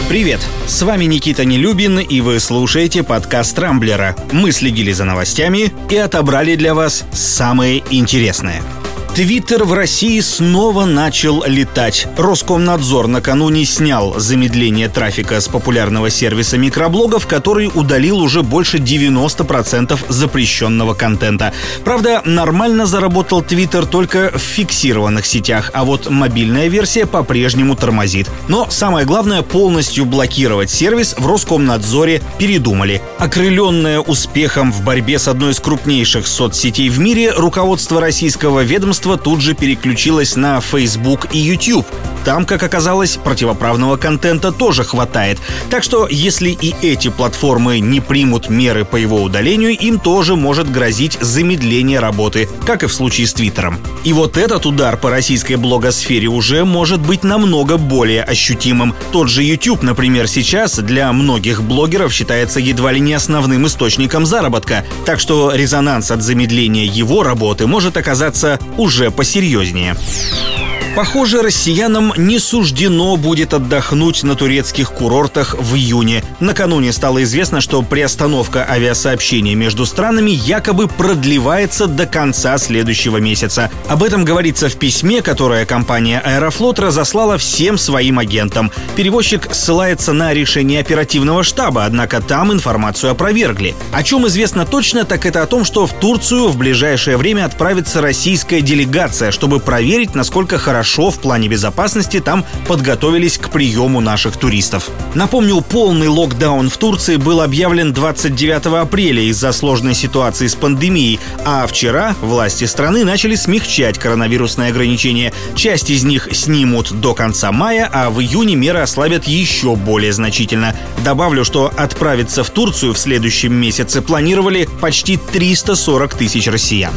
Привет, с вами Никита Нелюбин, и вы слушаете подкаст Рамблера. Мы следили за новостями и отобрали для вас самые интересные. Твиттер в России снова начал летать. Роскомнадзор накануне снял замедление трафика с популярного сервиса микроблогов, который удалил уже больше 90% запрещенного контента. Правда, нормально заработал Твиттер только в фиксированных сетях, а вот мобильная версия по-прежнему тормозит. Но самое главное, полностью блокировать сервис в Роскомнадзоре передумали. Окрыленное успехом в борьбе с одной из крупнейших соцсетей в мире, руководство российского ведомства тут же переключилось на Facebook и YouTube. Там, как оказалось, противоправного контента тоже хватает. Так что, если и эти платформы не примут меры по его удалению, им тоже может грозить замедление работы, как и в случае с Твиттером. И вот этот удар по российской блогосфере уже может быть намного более ощутимым. Тот же YouTube, например, сейчас для многих блогеров считается едва ли не основным источником заработка. Так что резонанс от замедления его работы может оказаться уже посерьезнее. Похоже, россиянам не суждено будет отдохнуть на турецких курортах в июне. Накануне стало известно, что приостановка авиасообщения между странами якобы продлевается до конца следующего месяца. Об этом говорится в письме, которое компания «Аэрофлот» разослала всем своим агентам. Перевозчик ссылается на решение оперативного штаба, однако там информацию опровергли. О чем известно точно, так это о том, что в Турцию в ближайшее время отправится российская делегация, чтобы проверить, насколько хорошо в плане безопасности там подготовились к приему наших туристов. Напомню, полный локдаун в Турции был объявлен 29 апреля из-за сложной ситуации с пандемией, а вчера власти страны начали смягчать коронавирусные ограничения. Часть из них снимут до конца мая, а в июне меры ослабят еще более значительно. Добавлю, что отправиться в Турцию в следующем месяце планировали почти 340 тысяч россиян.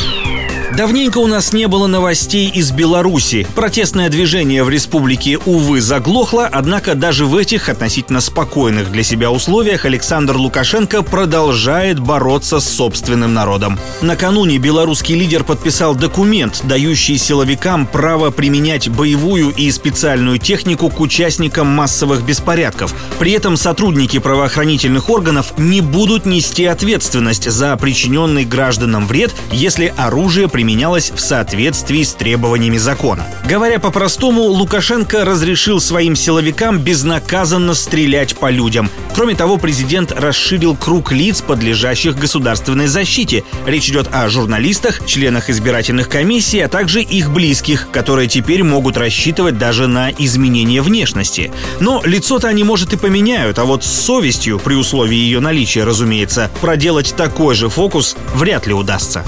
Давненько у нас не было новостей из Беларуси. Протестное движение в республике, увы, заглохло, однако даже в этих относительно спокойных для себя условиях Александр Лукашенко продолжает бороться с собственным народом. Накануне белорусский лидер подписал документ, дающий силовикам право применять боевую и специальную технику к участникам массовых беспорядков. При этом сотрудники правоохранительных органов не будут нести ответственность за причиненный гражданам вред, если оружие применялось в соответствии с требованиями закона. Говоря по-простому, Лукашенко разрешил своим силовикам безнаказанно стрелять по людям. Кроме того, президент расширил круг лиц, подлежащих государственной защите. Речь идет о журналистах, членах избирательных комиссий, а также их близких, которые теперь могут рассчитывать даже на изменение внешности. Но лицо-то они, может, и поменяют, а вот с совестью, при условии ее наличия, разумеется, проделать такой же фокус вряд ли удастся.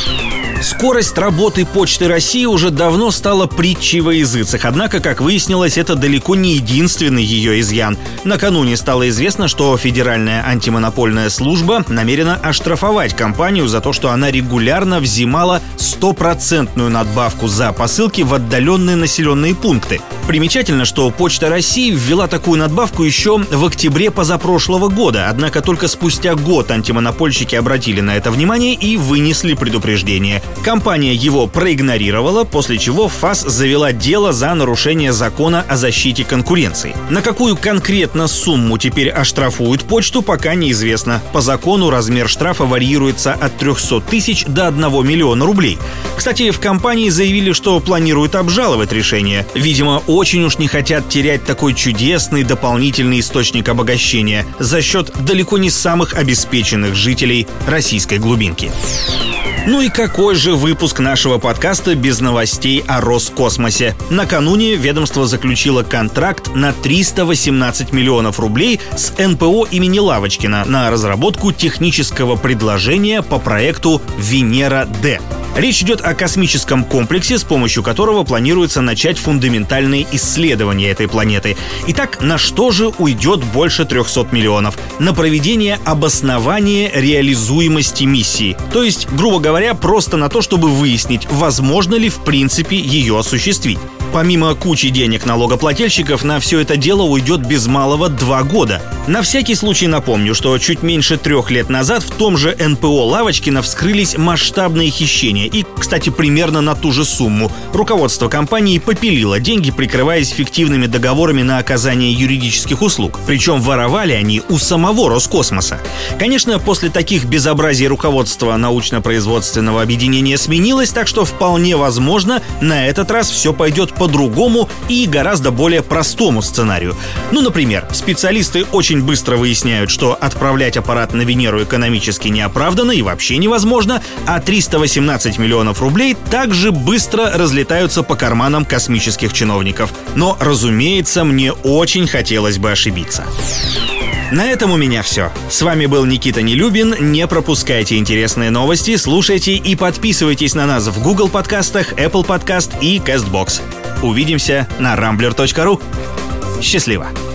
Скорость работы Почты России уже давно стала притчей во языцах, однако, как выяснилось, это далеко не единственный ее изъян. Накануне стало известно, что Федеральная антимонопольная служба намерена оштрафовать компанию за то, что она регулярно взимала 100% надбавку за посылки в отдаленные населенные пункты. Примечательно, что Почта России ввела такую надбавку еще в октябре позапрошлого года, однако только спустя год антимонопольщики обратили на это внимание и вынесли предупреждение. Компания его проигнорировала, после чего ФАС завела дело за нарушение закона о защите конкуренции. На какую конкретно сумму теперь оштрафуют почту, пока неизвестно. По закону размер штрафа варьируется от 300 тысяч до 1 миллиона рублей. Кстати, в компании заявили, что планируют обжаловать решение. Видимо, очень уж не хотят терять такой чудесный дополнительный источник обогащения за счет далеко не самых обеспеченных жителей российской глубинки. Ну и какой же выпуск нашего подкаста без новостей о Роскосмосе? Накануне ведомство заключило контракт на 318 миллионов рублей с НПО имени Лавочкина на разработку технического предложения по проекту «Венера-Д». Речь идет о космическом комплексе, с помощью которого планируется начать фундаментальные исследования этой планеты. Итак, на что же уйдет больше 300 миллионов? На проведение обоснования реализуемости миссии. То есть, грубо говоря, просто на то, чтобы выяснить, возможно ли в принципе ее осуществить. Помимо кучи денег налогоплательщиков, на все это дело уйдет без малого 2 года. На всякий случай напомню, что чуть меньше 3 лет назад в том же НПО Лавочкина вскрылись масштабные хищения. И, кстати, примерно на ту же сумму. Руководство компании попилило деньги, прикрываясь фиктивными договорами на оказание юридических услуг. Причем воровали они у самого Роскосмоса. Конечно, после таких безобразий руководство научно-производственного объединения сменилось, так что вполне возможно, на этот раз все пойдет по-другому и гораздо более простому сценарию. Ну, например, специалисты очень быстро выясняют, что отправлять аппарат на Венеру экономически неоправданно и вообще невозможно, а 318 миллионов рублей также быстро разлетаются по карманам космических чиновников. Но, разумеется, мне очень хотелось бы ошибиться. На этом у меня все. С вами был Никита Нелюбин. Не пропускайте интересные новости, слушайте и подписывайтесь на нас в Google подкастах, Apple Podcast и CastBox. Увидимся на rambler.ru. Счастливо!